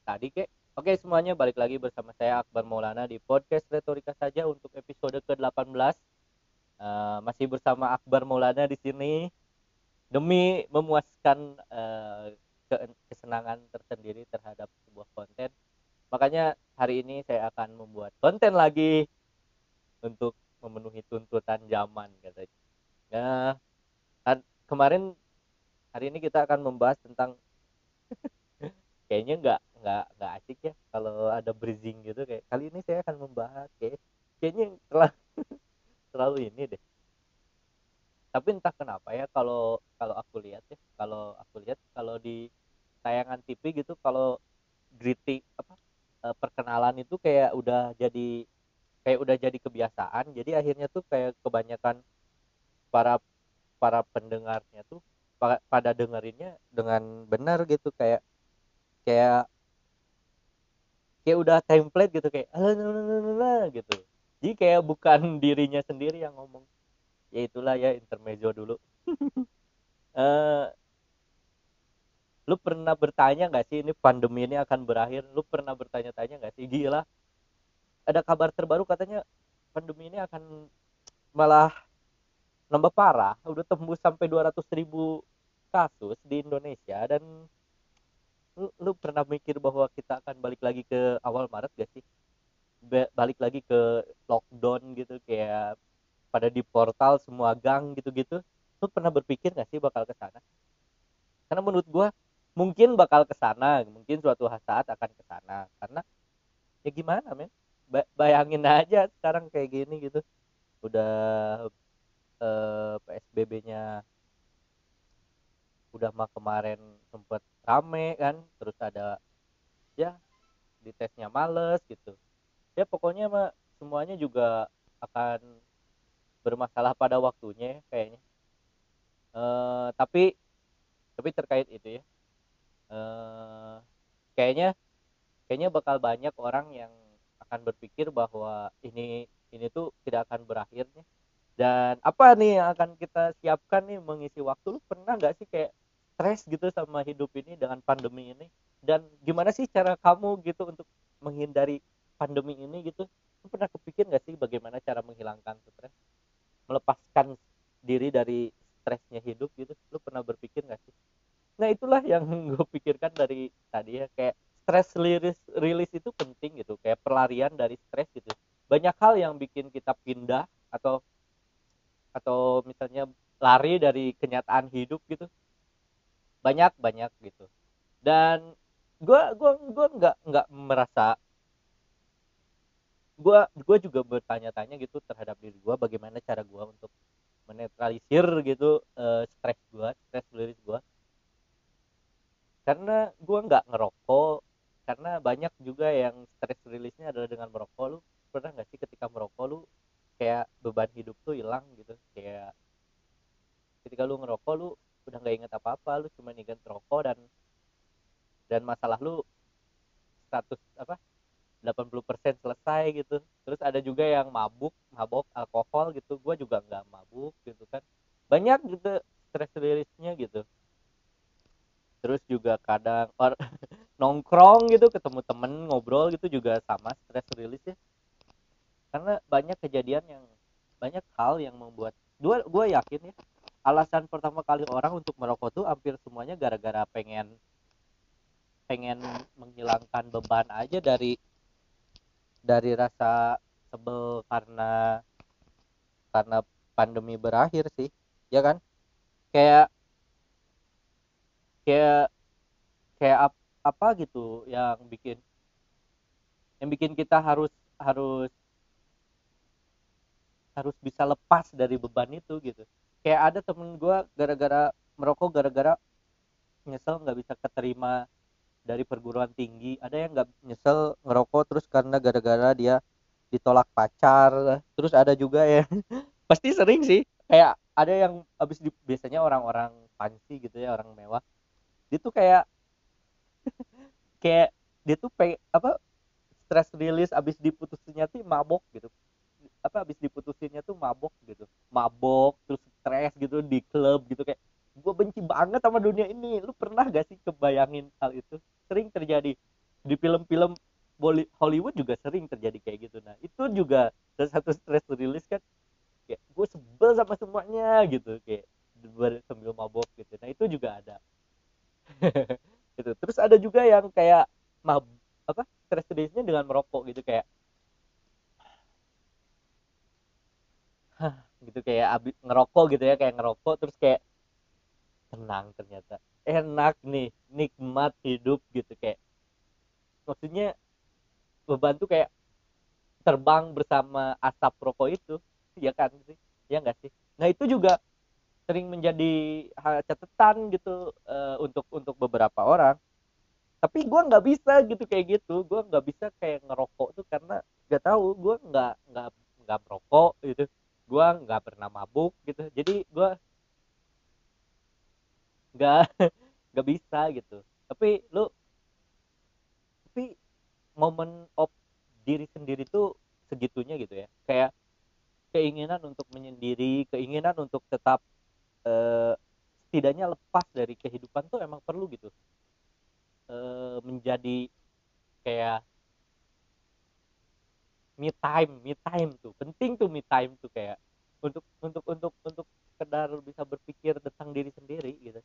tadi kek. Oke semuanya, balik lagi bersama saya Akbar Maulana di podcast Retorika Saja untuk episode ke-18. Masih bersama Akbar Maulana di sini demi memuaskan kesenangan tersendiri terhadap sebuah konten. Makanya hari ini saya akan membuat konten lagi untuk memenuhi tuntutan zaman katanya. Nah, kemarin hari ini kita akan membahas tentang kayaknya nggak asik ya kalau ada bridging gitu. Kayak kali ini saya akan membahas kayaknya terlalu ini deh, tapi entah kenapa ya, kalau kalau aku lihat ya kalau aku lihat kalau di tayangan TV gitu, kalau greeting perkenalan itu kayak udah jadi kebiasaan. Jadi akhirnya tuh kayak kebanyakan para para pendengarnya tuh pada dengerinnya dengan benar gitu, kayak kayak kayak udah template gitu, kayak gitu. Jadi kayak bukan dirinya sendiri yang ngomong. Ya itulah ya, intermezzo dulu. eh lu pernah bertanya nggak sih, ini pandemi ini akan berakhir? Lu pernah bertanya-tanya nggak sih, gila ada kabar terbaru katanya pandemi ini akan malah nambah parah, udah tembus sampai 200.000 kasus di Indonesia. Dan lu pernah mikir bahwa kita akan balik lagi ke awal Maret gak sih? Balik lagi ke lockdown gitu, kayak pada di portal semua gang gitu-gitu. Lu pernah berpikir gak sih bakal ke sana? Karena menurut gua mungkin bakal ke sana, mungkin suatu saat akan ke sana. Karena ya gimana men, bayangin aja sekarang kayak gini gitu. Udah PSBB-nya udah mah kemarin sempet rame kan, terus ada ya di tesnya males gitu. Ya pokoknya mah semuanya juga akan bermasalah pada waktunya ya, kayaknya. Tapi terkait itu ya, eh, kayaknya kayaknya bakal banyak orang yang akan berpikir bahwa ini tuh tidak akan berakhirnya. Dan apa nih yang akan kita siapkan nih mengisi waktu? Lu pernah nggak sih kayak stres gitu sama hidup ini dengan pandemi ini? Dan gimana sih cara kamu gitu untuk menghindari pandemi ini gitu? Lu pernah kepikir nggak sih bagaimana cara menghilangkan stres, melepaskan diri dari stresnya hidup gitu? Lu pernah berpikir nggak sih? Nah itulah yang gue pikirkan dari tadi ya, kayak stress rilis itu penting gitu, kayak pelarian dari stres gitu. Banyak hal yang bikin kita pindah atau misalnya lari dari kenyataan hidup gitu, banyak banyak gitu. Dan gue nggak merasa, gue juga bertanya-tanya gitu terhadap diri gue, bagaimana cara gue untuk menetralisir gitu stres rilis gue. Karena gue nggak ngerokok, karena banyak juga yang stress rilisnya adalah dengan merokok. Lu pernah nggak sih ketika merokok lu kayak beban hidup tuh hilang gitu? Kayak ketika lu ngerokok, lu udah nggak inget apa-apa, lu cuma inget rokok, dan masalah lu 80% selesai gitu. Terus ada juga yang mabuk alkohol gitu, gue juga nggak mabuk gitu kan. Banyak gitu stress rilisnya gitu. Terus juga kadang nongkrong gitu, ketemu temen ngobrol gitu juga sama stress rilis ya. Karena banyak hal yang membuat gue yakin ya, alasan pertama kali orang untuk merokok tuh hampir semuanya gara-gara pengen pengen menghilangkan beban aja dari rasa sebel karena pandemi berakhir sih, ya kan? Kayak kayak kayak apa gitu yang bikin kita harus harus harus bisa lepas dari beban itu gitu. Kayak ada temen gue gara-gara merokok, gara-gara nyesel nggak bisa keterima dari perguruan tinggi. Ada yang nggak nyesel ngerokok terus karena gara-gara dia ditolak pacar. Terus ada juga ya pasti sering sih, kayak ada yang biasanya orang-orang fancy gitu ya, orang mewah. Dia tuh kayak dia tuh stress release abis diputusinnya tuh mabok gitu. Abis diputusinnya tuh mabok terus stres gitu di klub gitu. Kayak gue benci banget sama dunia ini. Lu pernah gak sih kebayangin hal itu? Sering terjadi di film-film Hollywood juga sering terjadi kayak gitu. Nah itu juga salah satu stress release kan, kayak gue sebel sama semuanya gitu, kayak sambil mabok gitu. Nah itu juga ada. Gitu. Terus ada juga yang kayak mab apa stress release-nya dengan merokok gitu, kayak gitu, kayak abis ngerokok gitu ya, kayak ngerokok terus kayak tenang, ternyata enak nih, nikmat hidup gitu, kayak maksudnya beban tuh kayak terbang bersama asap rokok itu, ya kan sih, ya enggak sih. Nah itu juga sering menjadi catatan gitu, untuk beberapa orang. Tapi gue nggak bisa gitu kayak gitu, gue nggak bisa kayak ngerokok tuh karena nggak tahu, gue nggak merokok gitu, gue nggak pernah mabuk gitu, jadi gue nggak nggak bisa gitu. Tapi momen of diri sendiri tuh segitunya gitu ya, kayak keinginan untuk menyendiri, keinginan untuk tetap eh, setidaknya lepas dari kehidupan tuh emang perlu gitu. Menjadi kayak me time tuh penting tuh, me time tuh kayak untuk sekedar bisa berpikir tentang diri sendiri gitu.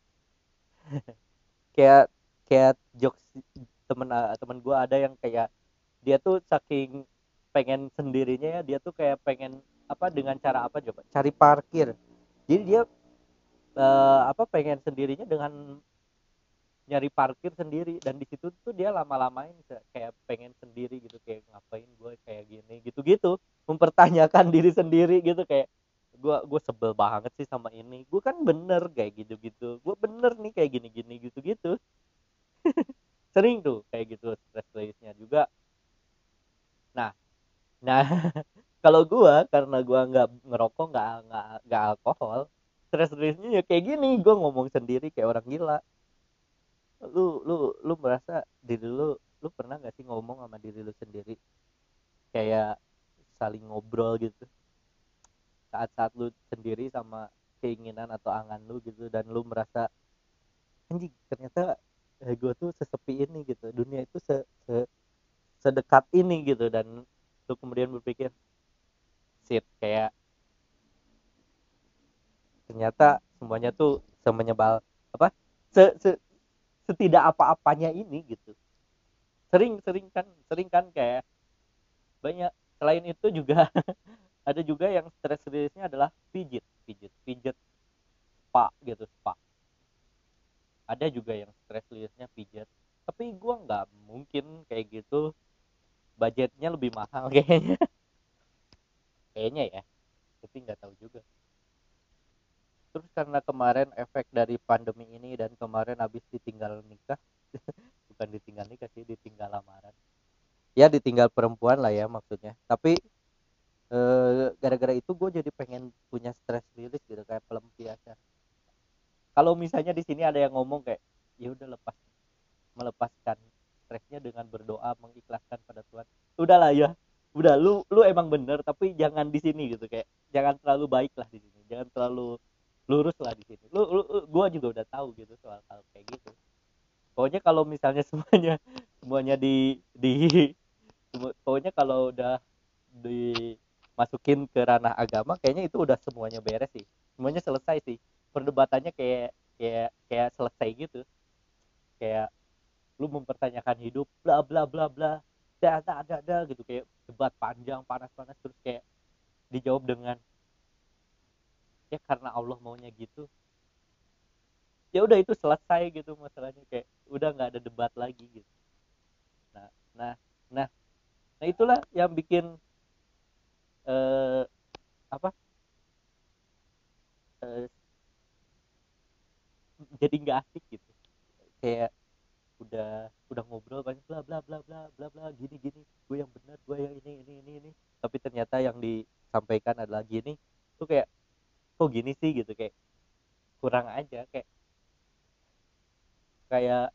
Kayak kayak jokes temen gue ada yang kayak dia tuh saking pengen sendirinya ya, dia tuh kayak pengen apa, dengan cara apa coba, cari parkir. Jadi dia pengen sendirinya dengan nyari parkir sendiri, dan di situ tuh dia lama-lamain kayak pengen sendiri gitu, kayak ngapain gue kayak gini gitu-gitu, mempertanyakan diri sendiri gitu, kayak gue sebel banget sih sama ini, gue kan bener kayak gitu-gitu, gue bener nih kayak gini-gini gitu-gitu. Sering tuh kayak gitu stress release-nya juga. Nah, nah kalau gue, karena gue nggak ngerokok, nggak alkohol, stress release-nya ya kayak gini, gue ngomong sendiri kayak orang gila. Lu merasa diri lu pernah nggak sih ngomong sama diri lu sendiri, kayak saling ngobrol gitu saat-saat lu sendiri sama keinginan atau angan lu gitu, dan lu merasa anjing ternyata gue tuh sesepi ini gitu, dunia itu sedekat ini gitu, dan lu kemudian berpikir shit, kayak ternyata semuanya tuh semenyebal apa, se setidak apa-apanya ini gitu. Sering kan kayak banyak. Selain itu juga ada juga yang stress release-nya adalah pijit spa gitu, spa. Ada juga yang stress release-nya pijat, tapi gua nggak mungkin kayak gitu, budgetnya lebih mahal kayaknya. Kayaknya ya, tapi nggak tahu juga. Terus karena kemarin efek dari pandemi ini, dan kemarin habis ditinggal nikah, bukan ditinggal nikah sih, ditinggal lamaran, ya ditinggal perempuan lah ya maksudnya. Tapi gara-gara itu gue jadi pengen punya stress release gitu, kayak pelampiasan. Kalau misalnya di sini ada yang ngomong kayak ya udah melepaskan stresnya dengan berdoa, mengikhlaskan pada Tuhan, udahlah ya, udah, lu emang bener, tapi jangan di sini gitu, kayak jangan terlalu baik lah di sini, jangan terlalu lurus lah di sini. Gua juga udah tahu gitu soal hal kayak gitu. Pokoknya kalau misalnya semuanya semuanya pokoknya kalau udah dimasukin ke ranah agama, kayaknya itu udah semuanya beres sih, semuanya selesai sih, perdebatannya kayak selesai gitu. Kayak lu mempertanyakan hidup, bla bla bla bla, ada gitu, kayak debat panjang panas-panas, terus kayak dijawab dengan ya karena Allah maunya gitu, ya udah itu selesai gitu masalahnya, kayak udah nggak ada debat lagi gitu. nah nah nah nah itulah yang bikin eh, apa eh, jadi nggak asik gitu, kayak udah ngobrol banyak, bla bla bla bla bla bla, gini gini, gue yang benar, gue yang ini, tapi ternyata yang disampaikan adalah gini, tuh kayak kok gini sih gitu, kayak kurang aja, kayak kayak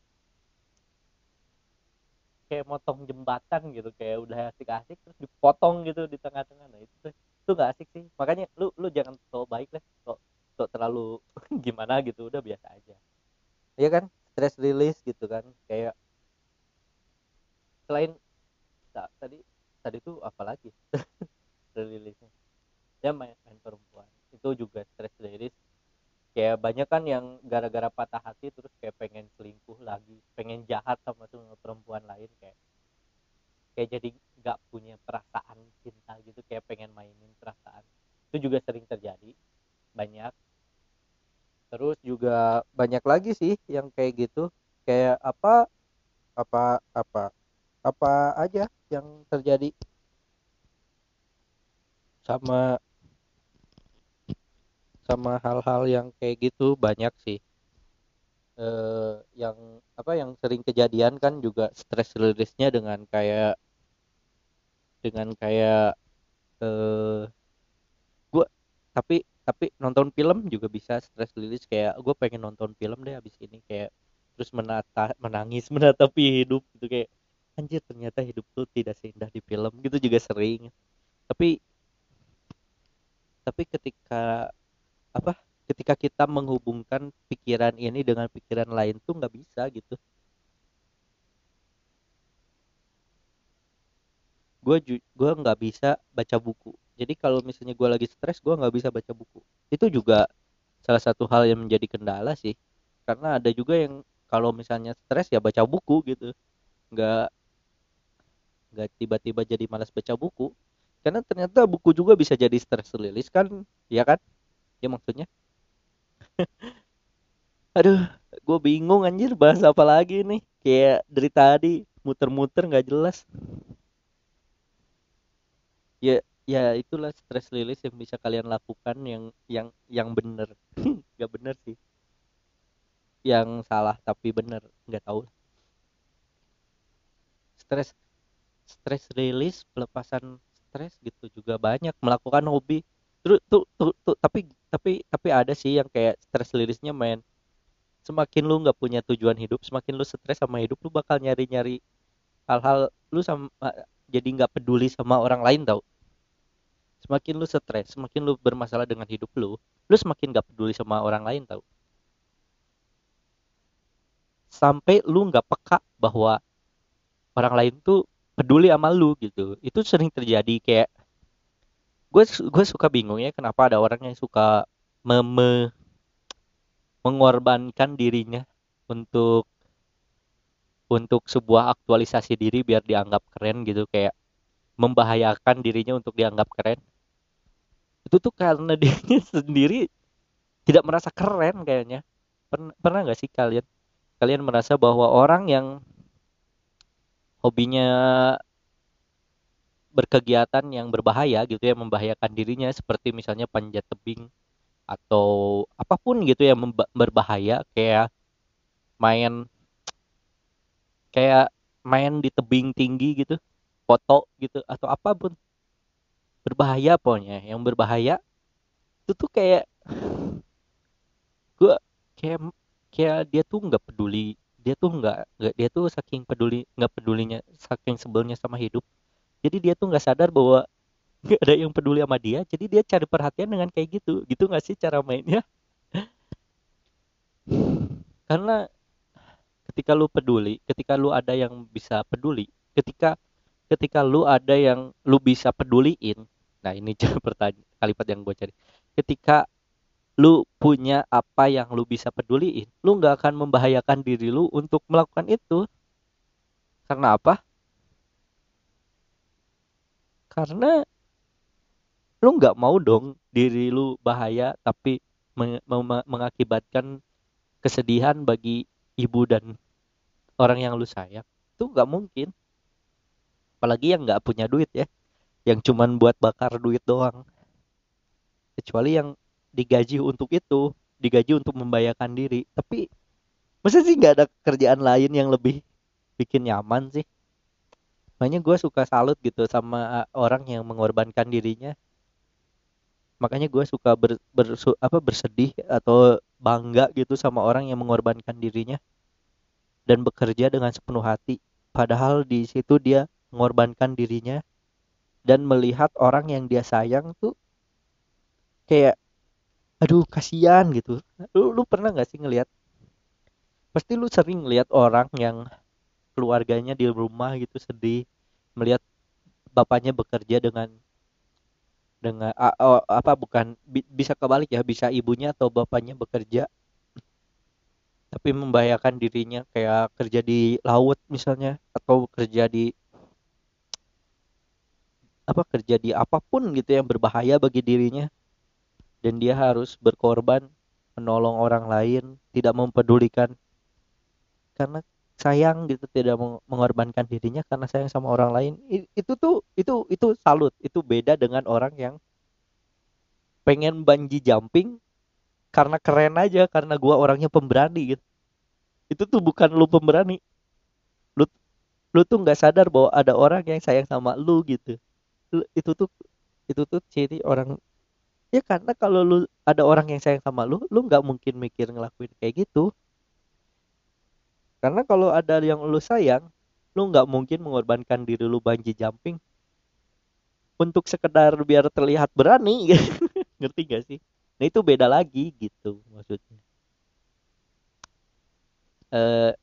kayak motong jembatan gitu, kayak udah asik-asik terus dipotong gitu di tengah-tengah. Nah itu nggak asik sih, makanya lu jangan so baik lah, so terlalu gimana gitu, udah biasa aja, iya kan, stress release gitu kan, kayak selain tadi tadi tuh apalagi rilisnya dia main perempuan itu juga stress rilis. Kayak banyak kan yang gara-gara patah hati terus kayak pengen selingkuh lagi, pengen jahat sama tuh perempuan lain, kayak jadi nggak punya perasaan cinta gitu, kayak pengen mainin perasaan. Itu juga sering terjadi, banyak. Terus juga banyak lagi sih yang kayak gitu, kayak apa apa aja yang terjadi sama sama hal-hal yang kayak gitu banyak sih. Yang yang sering kejadian kan juga stress release-nya dengan kayak eh gua tapi nonton film juga bisa stress release, kayak gue pengen nonton film deh abis ini, kayak terus menangis menatapi hidup gitu, kayak anjir ternyata hidup tuh tidak seindah di film gitu juga sering. Tapi tapi apa ketika kita menghubungkan pikiran ini dengan pikiran lain tuh nggak bisa gitu. Gue nggak bisa baca buku. Jadi kalau misalnya gue lagi stres gue nggak bisa baca buku. Itu juga salah satu hal yang menjadi kendala sih, karena ada juga yang kalau misalnya stres ya baca buku gitu, nggak nggak tiba-tiba jadi malas baca buku, karena ternyata buku juga bisa jadi stress release kan, ya kan, ya maksudnya. Aduh, gue bingung anjir bahas apa lagi nih, kayak dari tadi muter-muter nggak jelas. Ya, ya itulah stress release yang bisa kalian lakukan, yang bener. Nggak bener sih, yang salah tapi bener, nggak tahu. Stress stress release, pelepasan stres gitu juga banyak, melakukan hobi. Terus tapi ada sih yang kayak stress release-nya main, semakin lu nggak punya tujuan hidup, semakin lu stres sama hidup, lu bakal nyari-nyari hal-hal, lu sama jadi nggak peduli sama orang lain tau. Semakin lu stres, semakin lu bermasalah dengan hidup lu semakin nggak peduli sama orang lain tau, sampai lu nggak peka bahwa orang lain tuh peduli sama lu gitu. Itu sering terjadi. Kayak gue suka bingung ya kenapa ada orang yang suka mengorbankan dirinya untuk sebuah aktualisasi diri biar dianggap keren gitu, kayak membahayakan dirinya untuk dianggap keren. Itu tuh karena dirinya sendiri tidak merasa keren kayaknya. Pernah nggak sih kalian kalian merasa bahwa orang yang hobinya berkegiatan yang berbahaya gitu ya, membahayakan dirinya, seperti misalnya panjat tebing atau apapun gitu yang berbahaya, main kayak main di tebing tinggi gitu, foto gitu atau apapun, berbahaya pokoknya yang berbahaya. Itu tuh kayak gue kayak kayak dia tuh nggak peduli, dia tuh saking peduli nggak pedulinya, saking sebelnya sama hidup, jadi dia tuh nggak sadar bahwa nggak ada yang peduli sama dia, jadi dia cari perhatian dengan kayak gitu gitu nggak sih cara mainnya. Karena ketika lu ada yang bisa peduli, ketika ketika lu ada yang lu bisa peduliin. Nah, ini cara pertanyaan kalimat yang gue cari. Ketika lu punya apa yang lu bisa peduliin, lu nggak akan membahayakan diri lu untuk melakukan itu. Karena apa? Karena lu nggak mau dong diri lu bahaya tapi mengakibatkan kesedihan bagi ibu dan orang yang lu sayang. Itu nggak mungkin. Apalagi yang nggak punya duit ya, yang cuman buat bakar duit doang. Kecuali yang digaji untuk itu, digaji untuk membahayakan diri. Tapi masa sih nggak ada kerjaan lain yang lebih bikin nyaman sih? Makanya gue suka salut gitu sama orang yang mengorbankan dirinya. Makanya gue suka bersedih atau bangga gitu sama orang yang mengorbankan dirinya dan bekerja dengan sepenuh hati. Padahal di situ dia mengorbankan dirinya dan melihat orang yang dia sayang tuh kayak aduh kasihan gitu. Lu pernah nggak sih ngelihat? Pasti lu sering lihat orang yang keluarganya di rumah gitu sedih melihat bapaknya bekerja dengan apa bukan bisa kebalik ya, bisa ibunya atau bapaknya bekerja tapi membahayakan dirinya kayak kerja di laut misalnya atau kerja di apa kerja di apapun gitu yang berbahaya bagi dirinya dan dia harus berkorban menolong orang lain, tidak mempedulikan karena sayang gitu, tidak mengorbankan dirinya karena sayang sama orang lain. Itu tuh itu salut, itu beda dengan orang yang pengen bungee jumping karena keren aja, karena gua orangnya pemberani gitu. Itu tuh bukan lu pemberani, lu lu tuh nggak sadar bahwa ada orang yang sayang sama lu gitu. Itu tuh ciri orang. Ya karena kalau lu ada orang yang sayang sama lu nggak mungkin mikir ngelakuin kayak gitu. Karena kalau ada yang lu sayang, lu nggak mungkin mengorbankan diri lu bungee jumping untuk sekedar biar terlihat berani. Ngerti gak sih? Nah itu beda lagi gitu maksudnya. Eh,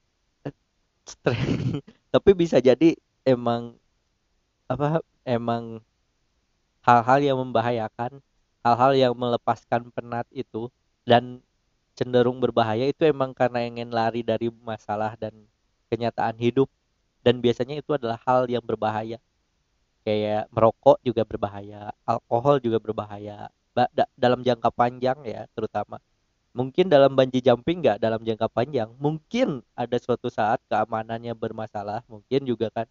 tapi bisa jadi emang apa? Emang hal-hal yang membahayakan, hal-hal yang melepaskan penat itu dan cenderung berbahaya itu emang karena ingin lari dari masalah dan kenyataan hidup dan biasanya itu adalah hal yang berbahaya kayak merokok juga berbahaya, alkohol juga berbahaya dalam jangka panjang ya terutama. Mungkin dalam bungee jumping nggak dalam jangka panjang, mungkin ada suatu saat keamanannya bermasalah, mungkin juga kan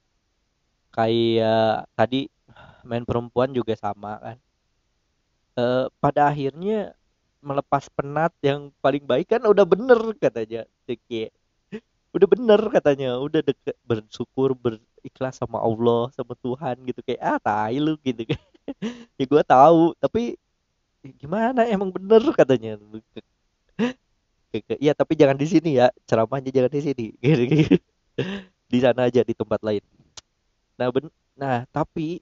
kayak tadi main perempuan juga sama kan. Pada akhirnya melepas penat yang paling baik kan udah bener katanya Ceki. Udah bener katanya, udah deket bersyukur berikhlas sama Allah sama Tuhan gitu kayak tai lu gitu kan. Ya gue tahu tapi gimana emang bener katanya. Iya tapi jangan di sini ya, ceramahnya jangan di sini. Gitu. Di sana aja di tempat lain. Nah nah tapi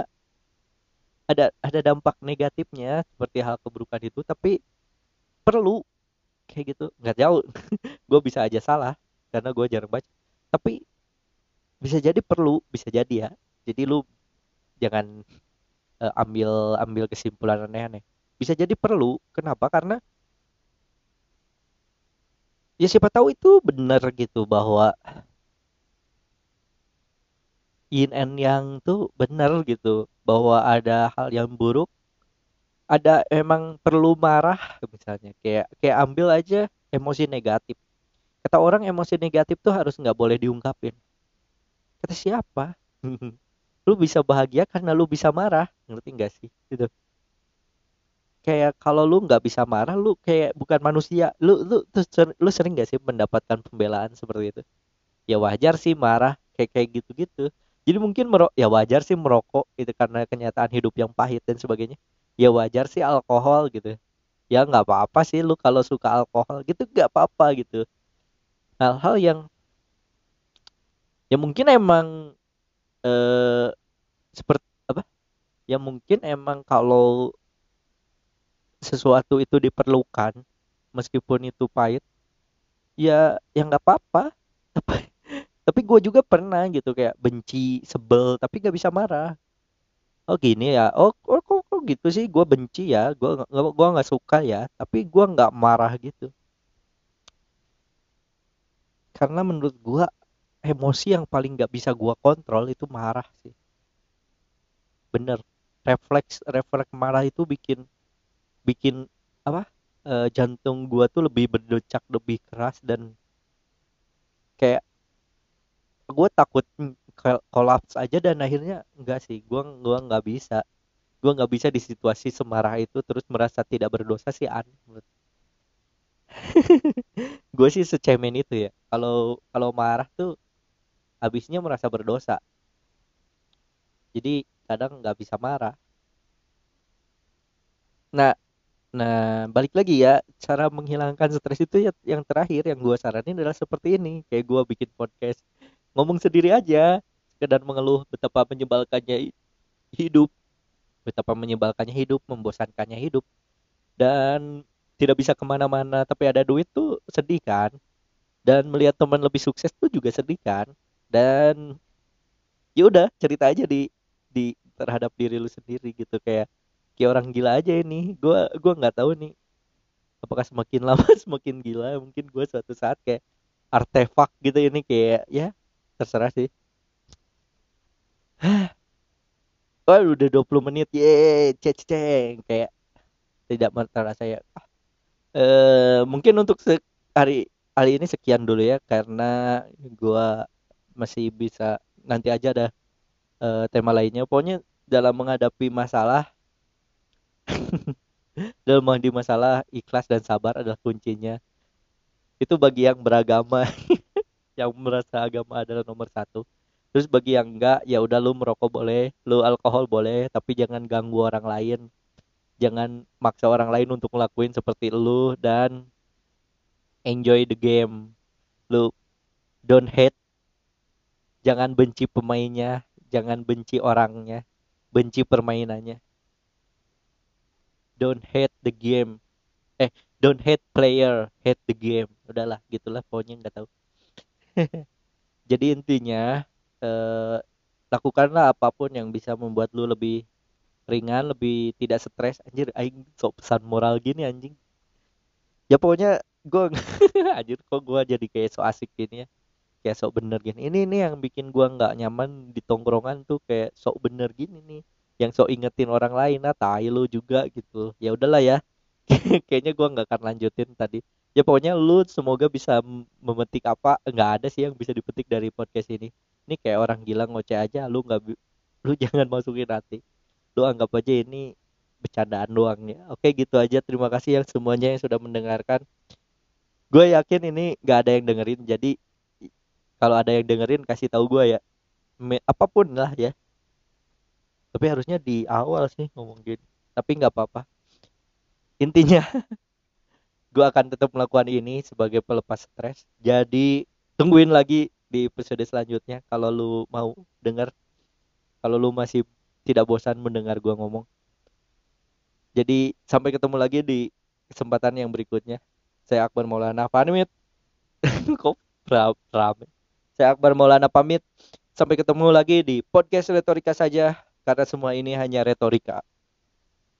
ada dampak negatifnya seperti hal keburukan itu tapi perlu kayak gitu nggak jauh. Gue bisa aja salah karena gue jarang baca tapi bisa jadi perlu, bisa jadi ya. Jadi lu jangan ambil ambil kesimpulan aneh-aneh. Bisa jadi perlu. Kenapa? Karena ya siapa tahu itu benar gitu bahwa yin and yang tuh benar gitu bahwa ada hal yang buruk, ada emang perlu marah misalnya kayak kayak ambil aja emosi negatif. Kata orang emosi negatif tuh harus nggak boleh diungkapin. Kata siapa? Lu bisa bahagia karena lu bisa marah, ngerti nggak sih? Gitu. Kayak kalau lu nggak bisa marah lu kayak bukan manusia. Lu sering nggak sih mendapatkan pembelaan seperti itu? Ya wajar sih marah kayak gitu-gitu. Jadi mungkin ya wajar sih merokok gitu karena kenyataan hidup yang pahit dan sebagainya. Ya wajar sih alkohol gitu. Ya nggak apa-apa sih lu kalau suka alkohol gitu, nggak apa-apa gitu. Hal-hal yang ya mungkin emang eh seperti apa? Ya mungkin emang kalau sesuatu itu diperlukan meskipun itu pahit ya nggak apa-apa. Tapi gue juga pernah gitu kayak benci sebel tapi nggak bisa marah. Oh gini ya, kok gitu sih, gue benci ya, gue nggak suka ya tapi gue nggak marah gitu karena menurut gue emosi yang paling nggak bisa gue kontrol itu marah sih. Bener, refleks refleks marah itu bikin bikin apa, jantung gue tuh lebih berdetak lebih keras dan kayak gue takut kolaps aja dan akhirnya enggak sih, gue nggak bisa di situasi semarah itu terus merasa tidak berdosa sih, aneh menurut gue sih secemen itu ya. Kalau kalau marah tuh habisnya merasa berdosa, jadi kadang nggak bisa marah. Nah nah balik lagi ya, cara menghilangkan stres itu ya, yang terakhir yang gue saranin adalah seperti ini, kayak gue bikin podcast ngomong sendiri aja, sekedar mengeluh betapa menyebalkannya hidup, betapa menyebalkannya hidup, membosankannya hidup, dan tidak bisa kemana-mana tapi ada duit tuh sedih kan. dan melihat teman lebih sukses tuh juga sedih kan. Dan ya udah cerita aja di terhadap diri lu sendiri gitu, kayak kayak orang gila aja ini. Gua nggak tahu nih apakah semakin lama semakin gila, mungkin gue suatu saat kayak artefak gitu ini, kayak ya terserah sih. Oh udah 20 menit, ye ceng kayak tidak terasa ya. Mungkin untuk hari hari ini sekian dulu ya, karena gua masih bisa, nanti aja ada tema lainnya. Pokoknya dalam menghadapi masalah, dalam menghadapi masalah, ikhlas dan sabar adalah kuncinya. Itu bagi yang beragama, yang merasa agama adalah nomor satu. Terus bagi yang enggak, ya udah lu merokok boleh, lu alkohol boleh, tapi jangan ganggu orang lain. Jangan maksa orang lain untuk ngelakuin seperti lu, dan enjoy the game. Lu don't hate, jangan benci pemainnya, jangan benci orangnya, benci permainannya. Don't hate the game. Don't hate player, hate the game. Udahlah, gitulah pokoknya, nggak tahu. Jadi intinya, eh, lakukanlah apapun yang bisa membuat lu lebih ringan, lebih tidak stres. Anjir, aing sok pesan moral gini anjing. Ya pokoknya gue anjir, kok gue jadi kayak so asik gini ya, kayak sok bener gini. Ini yang bikin gua nggak nyaman di tongkrongan tuh, kayak sok bener gini nih, yang sok ingetin orang lain. Ah tai lu juga gitu. Ya udahlah ya. Kayaknya gua nggak akan lanjutin tadi. Ya pokoknya lu semoga bisa memetik apa, nggak ada sih yang bisa dipetik dari podcast ini kayak orang gila ngoceh aja. Lu jangan masukin hati, lu anggap aja ini bercandaan doang ya. Oke gitu aja, terima kasih yang semuanya yang sudah mendengarkan. Gue yakin ini nggak ada yang dengerin, jadi kalau ada yang dengerin kasih tahu gue ya. Apapun lah ya, tapi harusnya di awal sih ngomong gini, tapi nggak apa-apa. Intinya gue akan tetap melakukan ini sebagai pelepas stres. Jadi tungguin lagi di episode selanjutnya kalau lu mau denger, kalau lu masih tidak bosan mendengar gue ngomong. Jadi sampai ketemu lagi di kesempatan yang berikutnya. Saya Akbar Maulana pamit. Kok rame. Saya Akbar Maulana pamit. Sampai ketemu lagi di podcast Retorika saja, karena semua ini hanya retorika.